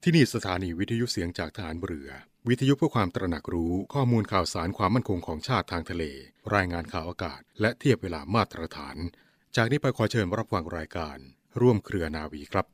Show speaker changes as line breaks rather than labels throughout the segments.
ที่นี่สถานีวิทยุเสียงจากทหารเรือวิทยุเพื่อความตระหนักรู้ข้อมูลข่าวสารความมั่นคงของชาติทางทะเลรายงานข่าวอากาศและเทียบเวลามาตรฐานจากนี้ไปขอเชิญรับฟังรายการร่วมเครือนาวีครับ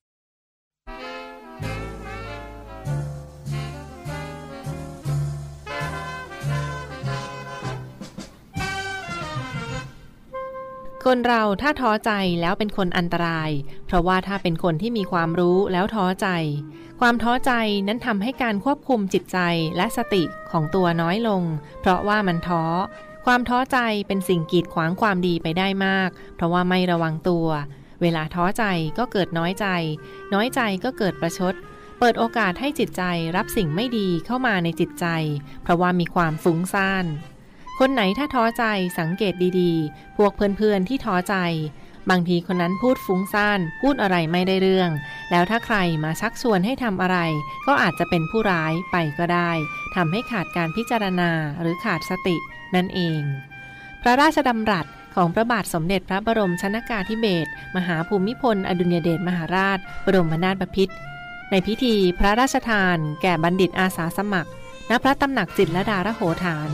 คนเราถ้าท้อใจแล้วเป็นคนอันตรายเพราะว่าถ้าเป็นคนที่มีความรู้แล้วท้อใจความท้อใจนั้นทำให้การควบคุมจิตใจและสติของตัวน้อยลงเพราะว่ามันท้อความท้อใจเป็นสิ่งกีดขวางความดีไปได้มากเพราะว่าไม่ระวังตัวเวลาท้อใจก็เกิดน้อยใจน้อยใจก็เกิดประชดเปิดโอกาสให้จิตใจรับสิ่งไม่ดีเข้ามาในจิตใจเพราะว่ามีความฟุ้งซ่านคนไหนถ้าท้อใจสังเกตดีๆพวกเพื่อนๆที่ท้อใจบางทีคนนั้นพูดฟุ้งซ่านพูดอะไรไม่ได้เรื่องแล้วถ้าใครมาชักชวนให้ทำอะไรก็อาจจะเป็นผู้ร้ายไปก็ได้ทำให้ขาดการพิจารณาหรือขาดสตินั่นเองพระราชดำรัสของพระบาทสมเด็จพระบรมชนกาธิเบศรมหาภูมิพลอดุลยเดชมหาราชบรมนาถบพิตรในพิธีพระราชทานแก่บัณฑิตอาสาสมัครณพระตำหนักจิตรลดารโหฐาน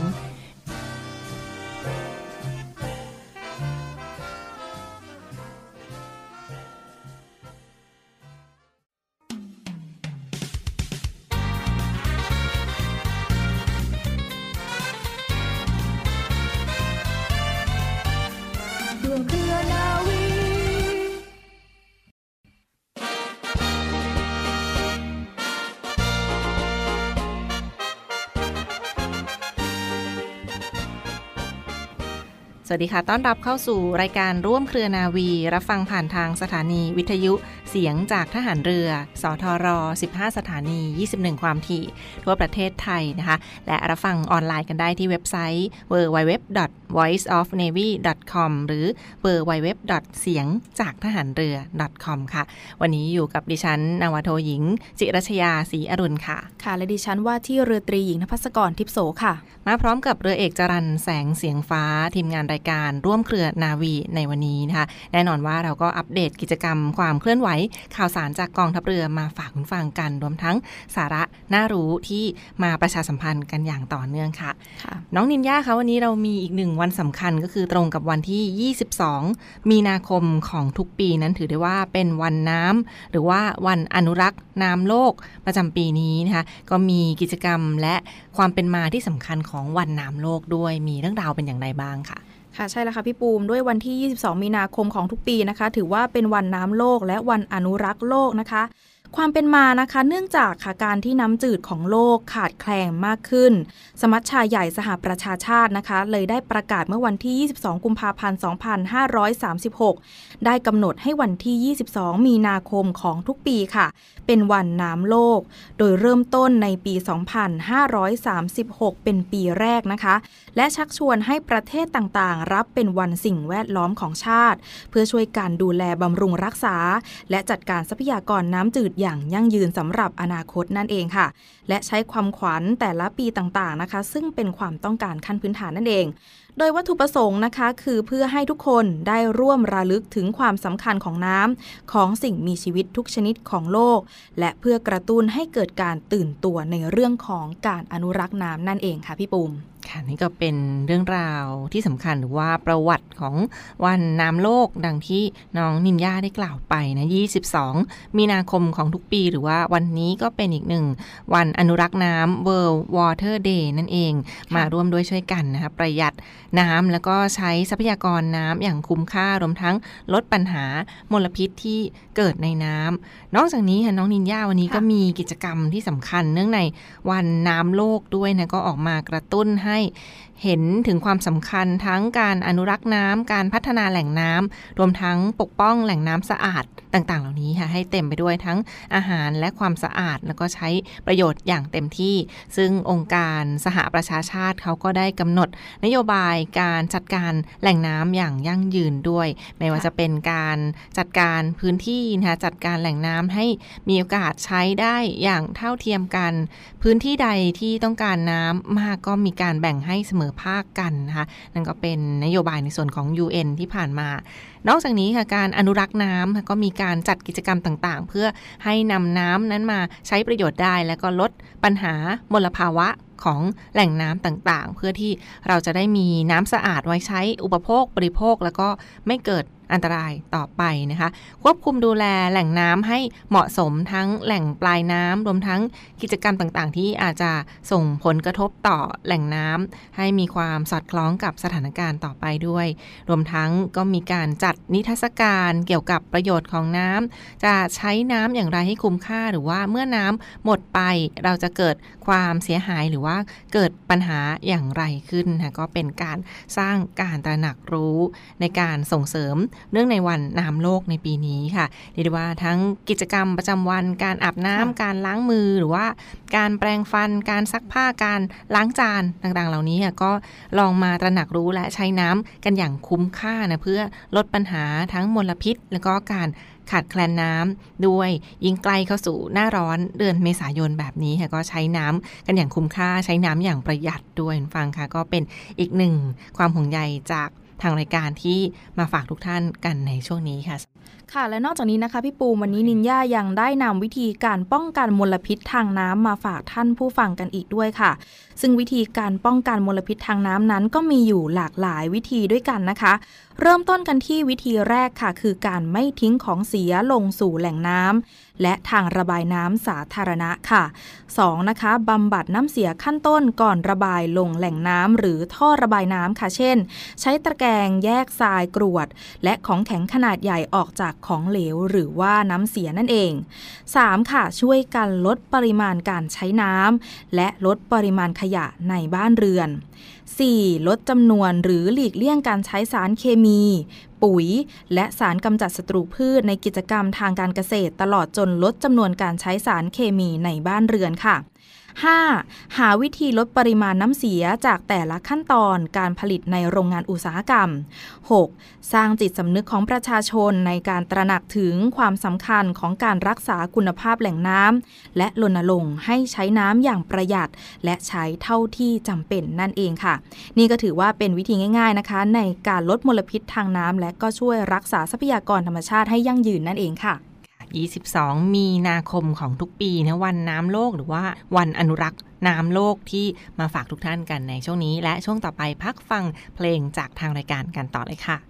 สวัสดีค่ะต้อนรับเข้าสู่รายการร่วมเครือนาวีรับฟังผ่านทางสถานีวิทยุเสียงจากทหารเรือสทร15สถานี21ความถี่ทั่วประเทศไทยนะคะและรับฟังออนไลน์กันได้ที่เว็บไซต์ www.voiceofnavy.com หรือ www. เสียงจากทหารเรือ .com ค่ะวันนี้อยู่กับดิฉันนาวาโทหญิงจิรัชยาศรีอรุณค่ะ
ค่ะและดิฉันว่าที่เรือตรีหญิงนภัสกรทิพโสค่ะ
มาพร้อมกับเรือเอกจรัญแสงเสียงฟ้าทีมงานรายการร่วมเครือนาวีในวันนี้นะคะแน่นอนว่าเราก็อัปเดตกิจกรรมความเคลื่อนไหวข่าวสารจากกองทัพเรือมาฝากคุณฟังกันรวมทั้งสาระน่ารู้ที่มาประชาสัมพันธ์กันอย่างต่อเนื่องค่ะน้องนินย่าคะวันนี้เรามีอีกหนึ่งวันสำคัญก็คือตรงกับวันที่22มีนาคมของทุกปีนั้นถือได้ว่าเป็นวันน้ำหรือว่าวันอนุรักษ์น้ำโลกประจำปีนี้นะคะก็มีกิจกรรมและความเป็นมาที่สำคัญของวันน้ำโลกด้วยมีเรื่องราวเป็นอย่างไรบ้างค่ะ
ค่ะใช่แล้วค่ะพี่ปูมด้วยวันที่22มีนาคมของทุกปีนะคะถือว่าเป็นวันน้ำโลกและวันอนุรักษ์โลกนะคะความเป็นมานะคะเนื่องจากการที่น้ำจืดของโลกขาดแคลนมากขึ้นสมัชชาใหญ่สหประชาชาตินะคะเลยได้ประกาศเมื่อวันที่22กุมภาพันธ์2536ได้กำหนดให้วันที่22มีนาคมของทุกปีค่ะเป็นวันน้ำโลกโดยเริ่มต้นในปี2536เป็นปีแรกนะคะและชักชวนให้ประเทศต่างๆรับเป็นวันสิ่งแวดล้อมของชาติเพื่อช่วยการดูแลบำรุงรักษาและจัดการทรัพยากรน้ำจืดอย่างยั่งยืนสำหรับอนาคตนั่นเองค่ะและใช้ความขวัญแต่ละปีต่างๆนะคะซึ่งเป็นความต้องการขั้นพื้นฐานนั่นเองโดยวัตถุประสงค์นะคะคือเพื่อให้ทุกคนได้ร่วมระลึกถึงความสำคัญของน้ำของสิ่งมีชีวิตทุกชนิดของโลกและเพื่อกระตุ้นให้เกิดการตื่นตัวในเรื่องของการอนุรักษ์น้ำนั่นเองค่ะพี่ปูม
ค่ะนี่ก็เป็นเรื่องราวที่สำคัญหรือว่าประวัติของวันน้ำโลกดังที่น้องนินย่าได้กล่าวไปนะ22มีนาคมของทุกปีหรือว่าวันนี้ก็เป็นอีกหนึ่งวันอนุรักษ์น้ำ World Water Day นั่นเองมาร่วมด้วยช่วยกันนะคะประหยัดน้ำแล้วก็ใช้ทรัพยากรน้ำอย่างคุ้มค่ารวมทั้งลดปัญหามลพิษที่เกิดในน้ำนอกจากนี้ค่ะน้องนินย่าวันนี้ก็มีกิจกรรมที่สำคัญเนื่องในวันน้ำโลกด้วยนะก็ออกมากระตุ้นให้เห็นถึงความสำคัญทั้งการอนุรักษ์น้ำการพัฒนาแหล่งน้ำรวมทั้งปกป้องแหล่งน้ำสะอาดต่างๆเหล่านี้ค่ะให้เต็มไปด้วยทั้งอาหารและความสะอาดแล้วก็ใช้ประโยชน์อย่างเต็มที่ซึ่งองค์การสหประชาชาติเขาก็ได้กำหนดนโยบายการจัดการแหล่งน้ำอย่างยั่งยืนด้วยไม่ว่าจะเป็นการจัดการพื้นที่นะคะจัดการแหล่งน้ำให้มีโอกาสใช้ได้อย่างเท่าเทียมกันพื้นที่ใดที่ต้องการน้ำมากก็มีการแบ่งให้เสมอภาคกันนะคะนั่นก็เป็นนโยบายในส่วนของ UN ที่ผ่านมานอกจากนี้ค่ะการอนุรักษ์น้ำก็มีการจัดกิจกรรมต่างๆเพื่อให้นำน้ำนั้นมาใช้ประโยชน์ได้และก็ลดปัญหามลภาวะของแหล่งน้ำต่างๆเพื่อที่เราจะได้มีน้ำสะอาดไว้ใช้อุปโภคบริโภคแล้วก็ไม่เกิดอันตรายต่อไปนะคะควบคุมดูแลแหล่งน้ำให้เหมาะสมทั้งแหล่งปลายน้ำรวมทั้งกิจกรรมต่างๆที่อาจจะส่งผลกระทบต่อแหล่งน้ำให้มีความสอดคล้องกับสถานการณ์ต่อไปด้วยรวมทั้งก็มีการจัดนิทรรศการเกี่ยวกับประโยชน์ของน้ำจะใช้น้ำอย่างไรให้คุ้มค่าหรือว่าเมื่อน้ำหมดไปเราจะเกิดความเสียหายหรือว่าเกิดปัญหาอย่างไรขึ้นนะก็เป็นการสร้างการตระหนักรู้ในการส่งเสริมเนื่องในวันน้ำโลกในปีนี้ค่ะเรียกได้ว่าทั้งกิจกรรมประจำวันการอาบน้ำการล้างมือหรือว่าการแปรงฟันการซักผ้าการล้างจานต่างๆเหล่านี้ก็ลองมาตระหนักรู้และใช้น้ำกันอย่างคุ้มค่านะเพื่อลดปัญหาทั้งมลพิษแล้วก็การขาดแคลนน้ำด้วยยิ่งใกล้เข้าสู่หน้าร้อนเดือนเมษายนแบบนี้ค่ะก็ใช้น้ำกันอย่างคุ้มค่าใช้น้ำอย่างประหยัดด้วยฟังค่ะก็เป็นอีกหนึ่งความห่วงใยจากทางรายการที่มาฝากทุกท่านกันในช่วงนี้ค่ะ
ค่ะและนอกจากนี้นะคะพี่ปูวันนี้นินย่ายังได้นำวิธีการป้องกันมลพิษทางน้ำมาฝากท่านผู้ฟังกันอีกด้วยค่ะซึ่งวิธีการป้องกันมลพิษทางน้ำนั้นก็มีอยู่หลากหลายวิธีด้วยกันนะคะเริ่มต้นกันที่วิธีแรกค่ะคือการไม่ทิ้งของเสียลงสู่แหล่งน้ำและทางระบายน้ำสาธารณะค่ะ 2. นะคะบำบัดน้ำเสียขั้นต้นก่อนระบายลงแหล่งน้ำหรือท่อระบายน้ำค่ะเช่นใช้ตะแกรงแยกทรายกรวดและของแข็งขนาดใหญ่ออกจากของเหลวหรือว่าน้ำเสียนั่นเอง 3. ค่ะช่วยกันลดปริมาณการใช้น้ำและลดปริมาณขยะในบ้านเรือน 4. ลดจำนวนหรือหลีกเลี่ยงการใช้สารเคมีปุ๋ยและสารกำจัดศัตรูพืชในกิจกรรมทางการเกษตรตลอดจนลดจำนวนการใช้สารเคมีในบ้านเรือนค่ะ 5. หาวิธีลดปริมาณน้ำเสียจากแต่ละขั้นตอนการผลิตในโรงงานอุตสาหกรรม 6. สร้างจิตสำนึกของประชาชนในการตระหนักถึงความสำคัญของการรักษาคุณภาพแหล่งน้ำและรณรงค์ให้ใช้น้ำอย่างประหยัดและใช้เท่าที่จำเป็นนั่นเองค่ะนี่ก็ถือว่าเป็นวิธีง่ายๆนะคะในการลดมลพิษทางน้ำและก็ช่วยรักษาทรัพยากรธรรมชาติให้ยั่งยืนนั่นเองค่ะ
22 มีนาคมของทุกปีนะวันน้ำโลกหรือว่าวันอนุรักษ์น้ำโลกที่มาฝากทุกท่านกันในช่วงนี้และช่วงต่อไปพักฟังเพลงจากทางรายการกันต่อเลยค่ะ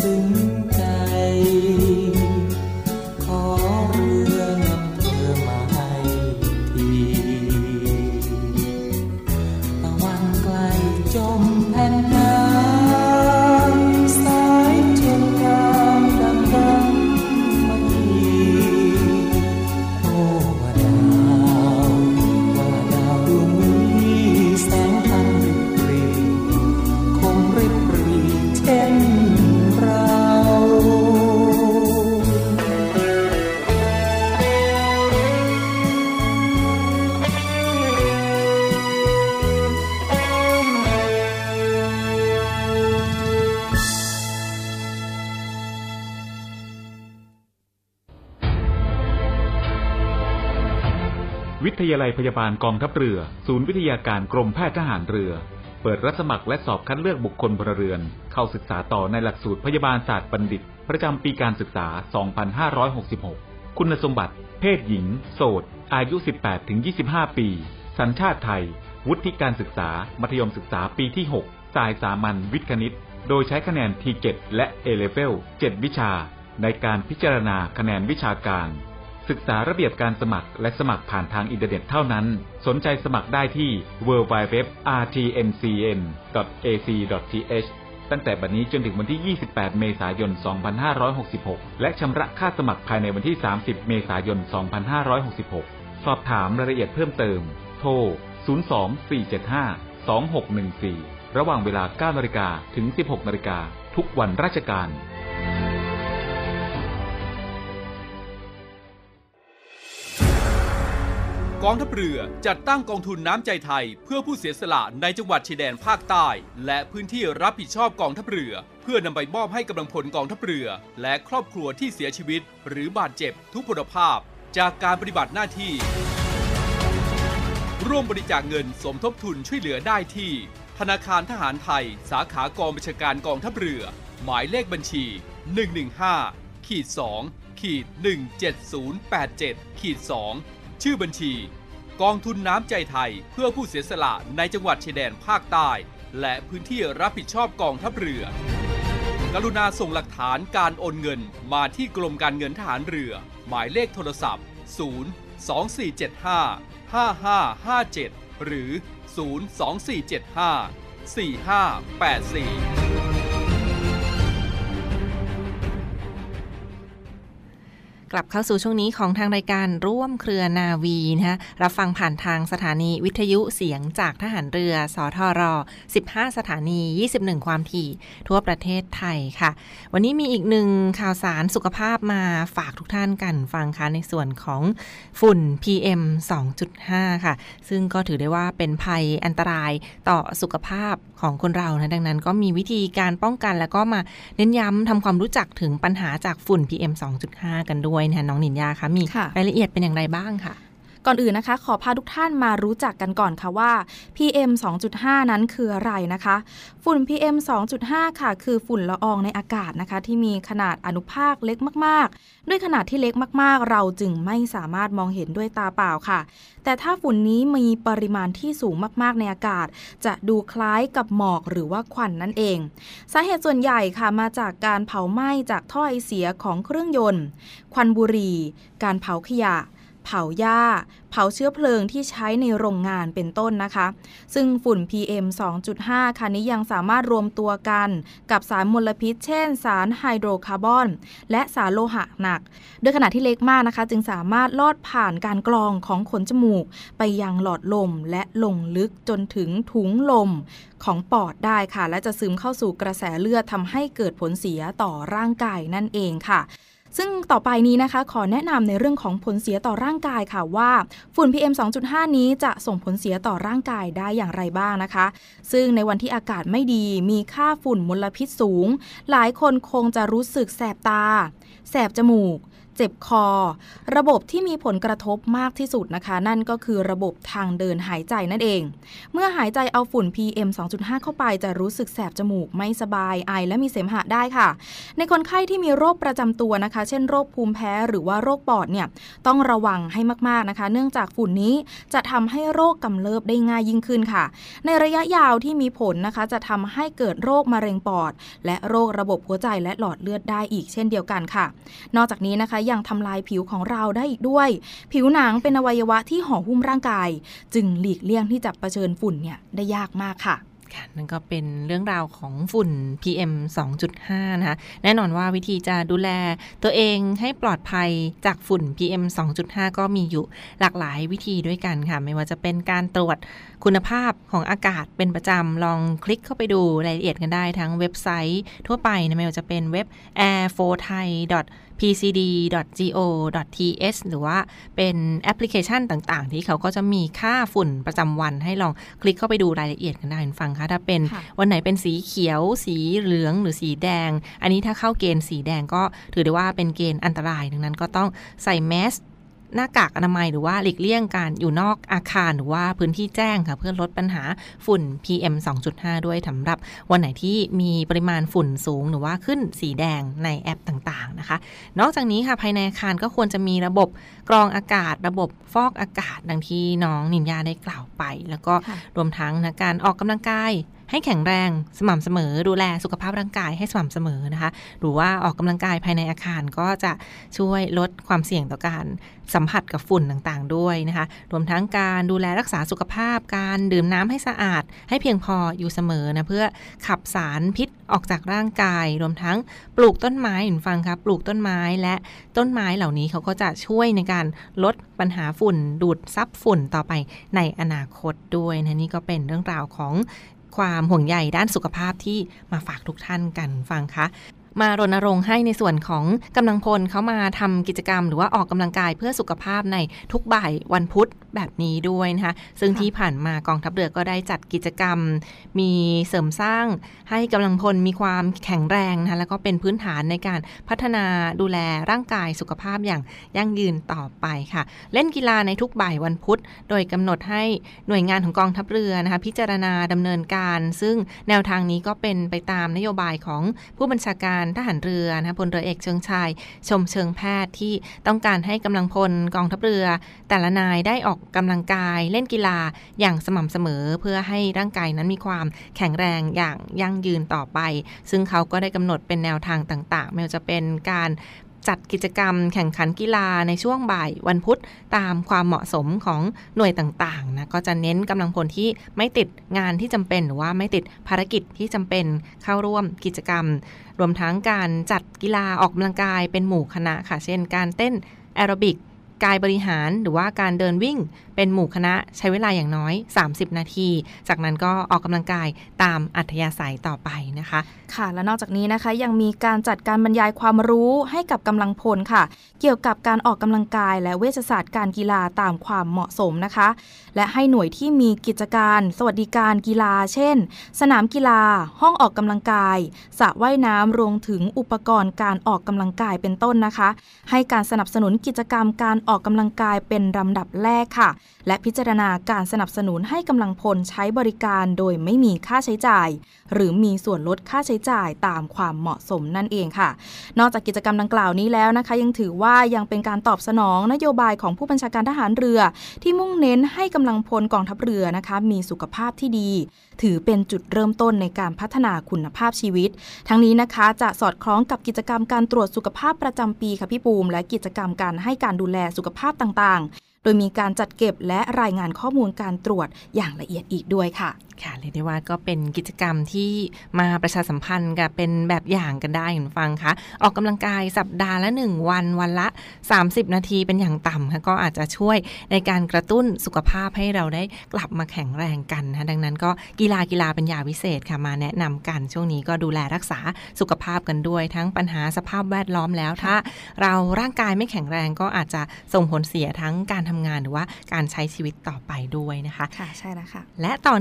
ซึ้งใจขอเรือนำเธอมาให้ทีตะวันไกลจมแผ่นน้ำสายชนงามดังดังมาทีโอ้ว่าดาวดวงนี้แสงทางริบหรี่คงริบหรี่เช่นเรา
วิทยาลัยพยาบาลกองทัพเรือศูนย์วิทยาการกรมแพทย์ทหารเรือเปิดรับสมัครและสอบคัดเลือกบุคคลพลเรือนเข้าศึกษาต่อในหลักสูตรพยาบาลศาสตร์บัณฑิตประจำปีการศึกษา 2566 คุณสมบัติเพศหญิงโสดอายุ 18-25 ปีสัญชาติไทยวุฒิการศึกษามัธยมศึกษาปีที่ 6 สายสามัญวิทย์คณิตโดยใช้คะแนน T7 และ A-Level 7 วิชาในการพิจารณาคะแนนวิชาการศึกษาระเบียบการสมัครและสมัครผ่านทางอินเทอร์เน็ตเท่านั้นสนใจสมัครได้ที่ www.rtncn.ac.th ตั้งแต่บัดนี้จนถึงวันที่ 28 เมษายน 2566 และชำระค่าสมัครภายในวันที่ 30 เมษายน 2566 สอบถามรายละเอียดเพิ่มเติมโทร 024752614 ระหว่างเวลา 9 นาฬิกาถึง 16 นาฬิกาทุกวันราชการ
กองทัพเรือจัดตั้งกองทุนน้ำใจไทยเพื่อผู้เสียสละในจังหวัดชายแดนภาคใต้และพื้นที่รับผิดชอบกองทัพเรือเพื่อนำไปมอบให้กำลังพลกองทัพเรือและครอบครัวที่เสียชีวิตหรือบาดเจ็บทุกพลภาพจากการปฏิบัติหน้าที่ร่วมบริจาคเงินสมทบทุนช่วยเหลือได้ที่ธนาคารทหารไทยสาขากองบัญชาการกองทัพเรือหมายเลขบัญชี 115-2-17087-2ชื่อบัญชีกองทุนน้ำใจไทยเพื่อผู้เสียสละในจังหวัดชายแดนภาคใต้และพื้นที่รับผิดชอบกองทัพเรือกรุณาส่งหลักฐานการโอนเงินมาที่กรมการเงินทหารเรือหมายเลขโทรศัพท์024755557หรือ024754584
กลับเข้าสู่ช่วงนี้ของทางรายการร่วมเครือนาวีนะคะรับฟังผ่านทางสถานีวิทยุเสียงจากทหารเรือสทร15 สถานี21ความถี่ทั่วประเทศไทยค่ะวันนี้มีอีกหนึ่งข่าวสารสุขภาพมาฝากทุกท่านกันฟังค่ะในส่วนของฝุ่น PM 2.5 ค่ะซึ่งก็ถือได้ว่าเป็นภัยอันตรายต่อสุขภาพของคนเรานะดังนั้นก็มีวิธีการป้องกันแล้วก็มาเน้นย้ำทำความรู้จักถึงปัญหาจากฝุ่น PM 2.5 กันด้วยนะน้องนินยาคะมีรายละเอียดเป็นอย่างไรบ้างค่ะ
ก่อนอื่นนะคะขอพาทุกท่านมารู้จักกันก่อนค่ะว่า PM 2.5 นั้นคืออะไรนะคะฝุ่น PM 2.5 ค่ะคือฝุ่นละอองในอากาศนะคะที่มีขนาดอนุภาคเล็กมากๆด้วยขนาดที่เล็กมากๆเราจึงไม่สามารถมองเห็นด้วยตาเปล่าค่ะแต่ถ้าฝุ่นนี้มีปริมาณที่สูงมากๆในอากาศจะดูคล้ายกับหมอกหรือว่าควันนั่นเองสาเหตุส่วนใหญ่ค่ะมาจากการเผาไหม้จากท่อไอเสียของเครื่องยนต์ควันบุหรี่การเผาขยะเผาหญ้าเผาเชื้อเพลิงที่ใช้ในโรงงานเป็นต้นนะคะซึ่งฝุ่น PM 2.5 ค่ะนี้ยังสามารถรวมตัวกันกับสารมลพิษเช่นสารไฮโดรคาร์บอนและสารโลหะหนักด้วยขนาดที่เล็กมากนะคะจึงสามารถลอดผ่านการกรองของขนจมูกไปยังหลอดลมและลงลึกจนถึงถุงลมของปอดได้ค่ะและจะซึมเข้าสู่กระแสเลือดทำให้เกิดผลเสียต่อร่างกายนั่นเองค่ะซึ่งต่อไปนี้นะคะขอแนะนำในเรื่องของผลเสียต่อร่างกายค่ะว่าฝุ่น PM 2.5 นี้จะส่งผลเสียต่อร่างกายได้อย่างไรบ้างนะคะซึ่งในวันที่อากาศไม่ดีมีค่าฝุ่นมลพิษสูงหลายคนคงจะรู้สึกแสบตาแสบจมูกเจ็บคอระบบที่มีผลกระทบมากที่สุดนะคะนั่นก็คือระบบทางเดินหายใจนั่นเองเมื่อหายใจเอาฝุ่น PM 2.5 เข้าไปจะรู้สึกแสบจมูกไม่สบายไอและมีเสมหะได้ค่ะในคนไข้ที่มีโรคประจำตัวนะคะเช่นโรคภูมิแพ้หรือว่าโรคปอดเนี่ยต้องระวังให้มากๆนะคะเนื่องจากฝุ่นนี้จะทำให้โรคกำเริบได้ง่ายยิ่งขึ้นค่ะในระยะยาวที่มีผลนะคะจะทำให้เกิดโรคมะเร็งปอดและโรคระบบหัวใจและหลอดเลือดได้อีกเช่นเดียวกันค่ะนอกจากนี้นะคะยังทำลายผิวของเราได้อีกด้วยผิวหนังเป็นอวัยวะที่ห่อหุ้มร่างกายจึงหลีกเลี่ยงที่จะเผชิญฝุ่นเนี่ยได้ยากมากค่ะ
นั่นก็เป็นเรื่องราวของฝุ่น PM 2.5 นะคะแน่นอนว่าวิธีจะดูแลตัวเองให้ปลอดภัยจากฝุ่น PM 2.5 ก็มีอยู่หลากหลายวิธีด้วยกันค่ะไม่ว่าจะเป็นการตรวจคุณภาพของอากาศเป็นประจำลองคลิกเข้าไปดูรายละเอียดกันได้ทั้งเว็บไซต์ทั่วไปนะไม่ว่าจะเป็นเว็บ airforthai.pcd.go.th หรือว่าเป็นแอปพลิเคชันต่างๆที่เขาก็จะมีค่าฝุ่นประจำวันให้ลองคลิกเข้าไปดูรายละเอียดกันได้ฟังค่ะถ้าเป็นวันไหนเป็นสีเขียวสีเหลืองหรือสีแดงอันนี้ถ้าเข้าเกณฑ์สีแดงก็ถือได้ว่าเป็นเกณฑ์อันตรายดังนั้นก็ต้องใส่แมสหน้ากากอนามัยหรือว่าหลีกเลี่ยงการอยู่นอกอาคารหรือว่าพื้นที่แจ้งค่ะเพื่อลดปัญหาฝุ่น PM 2.5 ด้วยสำหรับวันไหนที่มีปริมาณฝุ่นสูงหรือว่าขึ้นสีแดงในแอปต่างๆนะคะนอกจากนี้ค่ะภายในอาคารก็ควรจะมีระบบกรองอากาศระบบฟอกอากาศดังที่น้องนินยาได้กล่าวไปแล้วก็รวมทั้งการออกกำลังกายให้แข็งแรงสม่ำเสมอดูแลสุขภาพร่างกายให้สม่ำเสมอนะคะหรือว่าออกกำลังกายภายในอาคารก็จะช่วยลดความเสี่ยงต่อการสัมผัสกับฝุ่นต่างๆด้วยนะคะรวมทั้งการดูแลรักษาสุขภาพการดื่มน้ำให้สะอาดให้เพียงพออยู่เสมอนะเพื่อขับสารพิษออกจากร่างกายรวมทั้งปลูกต้นไม้เห็นฟังครับปลูกต้นไม้และต้นไม้เหล่านี้เขาก็จะช่วยในการลดปัญหาฝุ่นดูดซับฝุ่นต่อไปในอนาคตด้วยนะนี่ก็เป็นเรื่องราวของความห่วงใยด้านสุขภาพที่มาฝากทุกท่านกันฟังคะมารณรงค์ให้ในส่วนของกำลังพลเขามาทำกิจกรรมหรือว่าออกกำลังกายเพื่อสุขภาพในทุกบ่ายวันพุธแบบนี้ด้วยนะคะซึ่งที่ผ่านมากองทัพเรือก็ได้จัดกิจกรรมมีเสริมสร้างให้กำลังพลมีความแข็งแรงนะคะแล้วก็เป็นพื้นฐานในการพัฒนาดูแลร่างกายสุขภาพอย่างยั่งยืนต่อไปค่ะเล่นกีฬาในทุกบ่ายวันพุธโดยกำหนดให้หน่วยงานของกองทัพเรือนะคะพิจารณาดำเนินการซึ่งแนวทางนี้ก็เป็นไปตามนโยบายของผู้บัญชาการทหารเรือนะพลเรือเอกเชิงชายชมเชิงแพทย์ที่ต้องการให้กำลังพลกองทัพเรือแต่ละนายได้ออกกำลังกายเล่นกีฬาอย่างสม่ำเสมอเพื่อให้ร่างกายนั้นมีความแข็งแรงอย่างยั่งยืนต่อไปซึ่งเขาก็ได้กำหนดเป็นแนวทางต่างๆไม่ว่าจะเป็นการจัดกิจกรรมแข่งขันกีฬาในช่วงบ่ายวันพุธตามความเหมาะสมของหน่วยต่างๆนะก็จะเน้นกำลังพลที่ไม่ติดงานที่จำเป็นหรือว่าไม่ติดภารกิจที่จำเป็นเข้าร่วมกิจกรรมรวมทั้งการจัดกีฬาออกกำลังกายเป็นหมู่คณะค่ะเช่นการเต้นแอโรบิกกายบริหารหรือว่าการเดินวิ่งเป็นหมู่คณะใช้เวลาอย่างน้อย30นาทีจากนั้นก็ออกกำลังกายตามอัธยาศัยต่อไปนะคะ
ค่ะและนอกจากนี้นะคะยังมีการจัดการบรรยายความรู้ให้กับกำลังพลค่ะเกี่ยวกับการออกกำลังกายและเวชศาสตร์การกีฬาตามความเหมาะสมนะคะและให้หน่วยที่มีกิจการสวัสดิการกีฬาเช่นสนามกีฬาห้องออกกำลังกายสระว่ายน้ำรวมถึงอุปกรณ์การออกกำลังกายเป็นต้นนะคะให้การสนับสนุนกิจกรรมการออกกำลังกายเป็นลำดับแรกค่ะและพิจารณาการสนับสนุนให้กำลังพลใช้บริการโดยไม่มีค่าใช้จ่ายหรือมีส่วนลดค่าใช้จ่ายตามความเหมาะสมนั่นเองค่ะนอกจากกิจกรรมดังกล่าวนี้แล้วนะคะยังถือว่ายังเป็นการตอบสนองนโยบายของผู้บัญชาการทหารเรือที่มุ่งเน้นให้กำลังพลกองทัพเรือนะคะมีสุขภาพที่ดีถือเป็นจุดเริ่มต้นในการพัฒนาคุณภาพชีวิตทั้งนี้นะคะจะสอดคล้องกับกิจกรรมการตรวจสุขภาพประจำปีค่ะพี่ปูมและกิจกรรมการให้การดูแลสุขภาพต่างๆโดยมีการจัดเก็บและรายงานข้อมูลการตรวจอย่างละเอียดอีกด้วยค่ะ
ค่ะเรียกได้ว่าก็เป็นกิจกรรมที่มาประชาสัมพันธ์กับเป็นแบบอย่างกันได้คุณฟังคะออกกำลังกายสัปดาห์ละ1วันวันละ30นาทีเป็นอย่างต่ำค่ะก็อาจจะช่วยในการกระตุ้นสุขภาพให้เราได้กลับมาแข็งแรงกันนะดังนั้นก็กีฬาเป็นยาวิเศษค่ะมาแนะนำกันช่วงนี้ก็ดูแลรักษาสุขภาพกันด้วยทั้งปัญหาสภาพแวดล้อมแล้วถ้าเราร่างกายไม่แข็งแรงก็อาจจะส่งผลเสียทั้งการทำงานหรือว่าการใช้ชีวิตต่อไปด้วยนะคะ
ค่ะใช่แล้วค่ะ
และต่อเนื่องกัน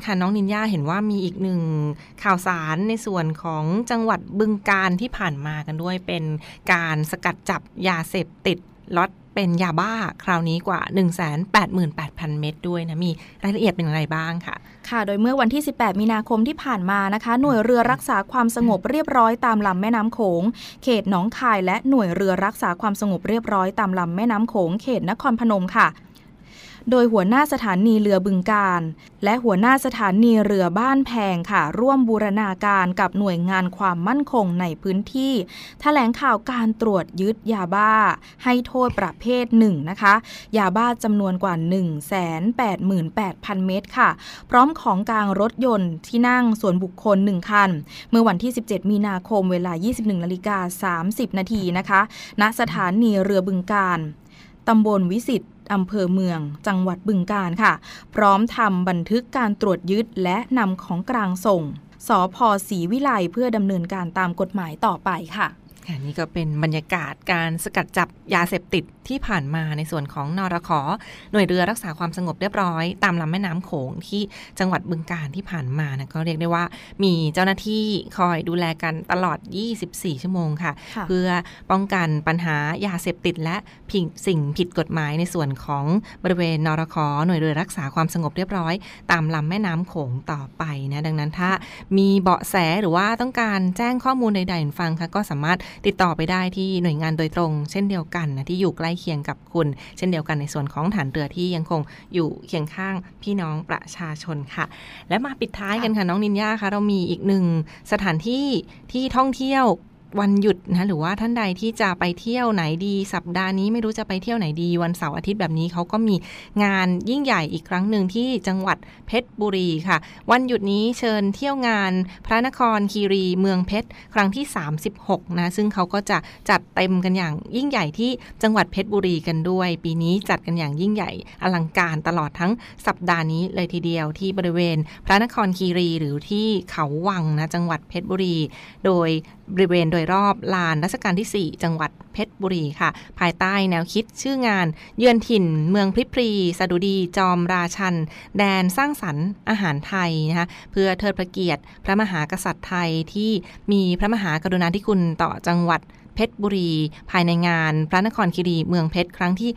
ค่ะน้องนินยาเห็นว่ามีอีกหนึ่งข่าวสารในส่วนของจังหวัดบึงกาฬที่ผ่านมากันด้วยเป็นการสกัดจับยาเสพติดล็อตเป็นยาบ้าคราวนี้กว่า 188,000 เม็ดด้วยนะมีรายละเอียดเป็นอะไรบ้างค่ะ
ค่ะโดยเมื่อวันที่18มีนาคมที่ผ่านมานะคะหน่วยเรือรักษาความสงบเรียบร้อยตามลำแม่น้ำโขงเขตหนองคายและหน่วยเรือรักษาความสงบเรียบร้อยตามลำแม่น้ำโขงเขตนครพนมค่ะโดยหัวหน้าสถานีเรือบึงกาฬและหัวหน้าสถานีเรือบ้านแพงค่ะร่วมบูรณาการกับหน่วยงานความมั่นคงในพื้นที่แถลงข่าวการตรวจยึดยาบ้าให้โทษประเภท1นะคะยาบ้าจำนวนกว่า 188,000 เม็ดค่ะพร้อมของกลางรถยนต์ที่นั่งส่วนบุคคล1คันเมื่อวันที่17มีนาคมเวลา 21:30 น.นะคะณสถานีเรือบึงกาฬตำบลวิสิตอำเภอเมืองจังหวัดบึงกาฬค่ะพร้อมทำบันทึกการตรวจยึดและนำของกลางส่งสภ.ศรีวิไลเพื่อดำเนินการตามกฎหมายต่อไปค่ะ
นี่ก็เป็นบรรยากาศการสกัดจับยาเสพติดที่ผ่านมาในส่วนของนรข.หน่วยเรือรักษาความสงบเรียบร้อยตามลำแม่น้ำโขงที่จังหวัดบึงกาฬที่ผ่านมานะก็เรียกได้ว่ามีเจ้าหน้าที่คอยดูแลกันตลอด24ชั่วโมงค่ะเพื่อป้องกันปัญหายาเสพติดและสิ่งผิดกฎหมายในส่วนของบริเวณนรข.หน่วยเรือรักษาความสงบเรียบร้อยตามลำแม่น้ำโขงต่อไปนะดังนั้นถ้ามีเบาะแสหรือว่าต้องการแจ้งข้อมูลใดๆฟังค่ะก็สามารถติดต่อไปได้ที่หน่วยงานโดยตรงเช่นเดียวกันนะที่อยู่ใกล้เคียงกับคุณเช่นเดียวกันในส่วนของฐานเรือที่ยังคงอยู่เคียงข้างพี่น้องประชาชนค่ะและมาปิดท้ายกันค่ะน้องนินยาค่ะเรามีอีกหนึ่งสถานที่ที่ท่องเที่ยววันหยุดนะหรือว่าท่านใดที่จะไปเที่ยวไหนดีสัปดาห์นี้ไม่รู้จะไปเที่ยวไหนดีวันเสาร์อาทิตย์แบบนี้เขาก็มีงานยิ่งใหญ่อีกครั้งหนึ่งที่จังหวัดเพชรบุรีค่ะวันหยุดนี้เชิญเที่ยวงานพระนครคีรีเมืองเพชรครั้งที่36นะซึ่งเขาก็จะจัดเต็มกันอย่างยิ่งใหญ่ที่จังหวัดเพชรบุรีกันด้วยปีนี้จัดกันอย่างยิ่งใหญ่อลังการตลอดทั้งสัปดาห์นี้เลยทีเดียวที่บริเวณพระนครคีรีหรือที่เขาวังนะจังหวัดเพชรบุรีโดยบริเวณโดยรอบลานรัชกาลที่4จังหวัดเพชรบุรีค่ะภายใต้แนวคิดชื่องานเยือนถิ่นเมืองพริพรีสดุดีจอมราชันแดนสร้างสรรค์อาหารไทยนะคะเพื่อเทิดพระเกียรติพระมหากษัตริย์ไทยที่มีพระมหากรุณาธิคุณต่อจังหวัดเพชรบุรีภายในงานพระนครคีรีเมืองเพชรครั้งที่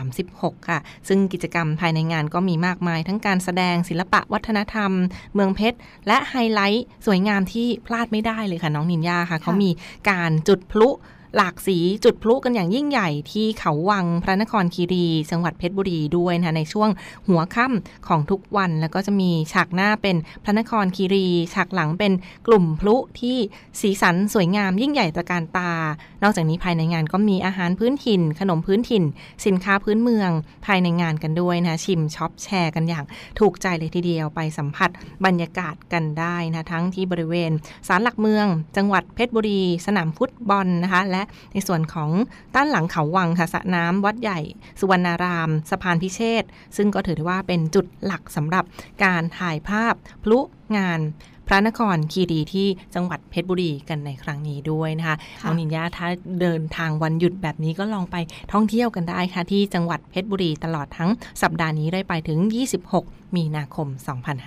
36ค่ะซึ่งกิจกรรมภายในงานก็มีมากมายทั้งการแสดงศิลปะวัฒนธรรมเมืองเพชรและไฮไลท์สวยงามที่พลาดไม่ได้เลยค่ะน้องนินยาค่ะเขามีการจุดพลุหลากสีจุดพลุกันอย่างยิ่งใหญ่ที่เขาวังพระนครคีรีจังหวัดเพชรบุรีด้วยนะในช่วงหัวค่ำของทุกวันแล้วก็จะมีฉากหน้าเป็นพระนครคีรีฉากหลังเป็นกลุ่มพลุที่สีสันสวยงามยิ่งใหญ่ตระการตานอกจากนี้ภายในงานก็มีอาหารพื้นถิ่นขนมพื้นถิ่นสินค้าพื้นเมืองภายในงานกันด้วยนะชิมช็อปแชร์กันอย่างถูกใจเลยทีเดียวไปสัมผัสบรรยากาศกันได้นะทั้งที่บริเวณศาลหลักเมืองจังหวัดเพชรบุรีสนามฟุตบอลนะคะและในส่วนของด้านหลังเขาวังค่ะสระน้ำวัดใหญ่สุวรรณารามสะพานพิเชษซึ่งก็ถือได้ว่าเป็นจุดหลักสำหรับการถ่ายภาพพลุงานพระนครคีรีที่จังหวัดเพชรบุรีกันในครั้งนี้ด้วยนะคะน้องนินยาถ้าเดินทางวันหยุดแบบนี้ก็ลองไปท่องเที่ยวกันได้ค่ะที่จังหวัดเพชรบุรีตลอดทั้งสัปดาห์นี้ได้ไปถึง26มีนาคม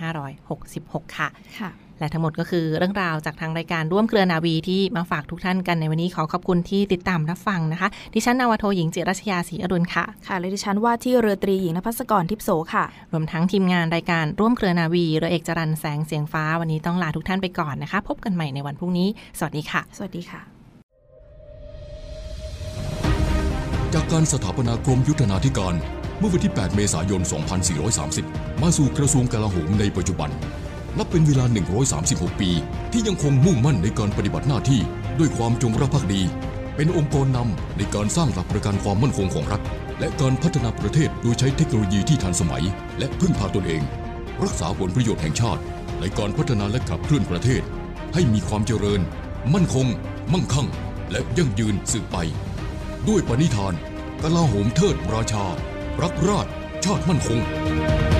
2566ค่ะและทั้งหมดก็คือเรื่องราวจากทางรายการร่วมเครือนาวีที่มาฝากทุกท่านกันในวันนี้ขอขอบคุณที่ติดตามรับฟังนะคะดิฉันนาวาโทหญิงจิรัชยาศรีอรุณค่ะ
ค่ะและดิฉันว่าที่เรือตรีหญิงณภัสกรทิพโสค่ะ
รวมทั้งทีมงานรายการร่วมเครือนาวีเรือเอกจรัญแสงเสียงฟ้าวันนี้ต้องลาทุกท่านไปก่อนนะคะพบกันใหม่ในวันพรุ่งนี้สวัสดีค่ะ
สวัสดีค่ะ
จากการสถาปนากรมยุทธนาธิการเมื่อวันที่8เมษายน2430มาสู่กระทรวงกลาโหมในปัจจุบันนับเป็นเวลา136ปีที่ยังคงมุ่งมั่นในการปฏิบัติหน้าที่ด้วยความจงรักภักดีเป็นองค์กรนำในการสร้างหลักประกันความมั่นคงของรัฐและการพัฒนาประเทศโดยใช้เทคโนโลยีที่ทันสมัยและพึ่งพาตนเองรักษาผลประโยชน์แห่งชาติในการพัฒนาและขับเคลื่อนประเทศให้มีความเจริญมั่นคงมั่งคั่งและยั่งยืนสืบไปด้วยปณิธานกลาโหมเทิดราชารักราชชาติมั่นคง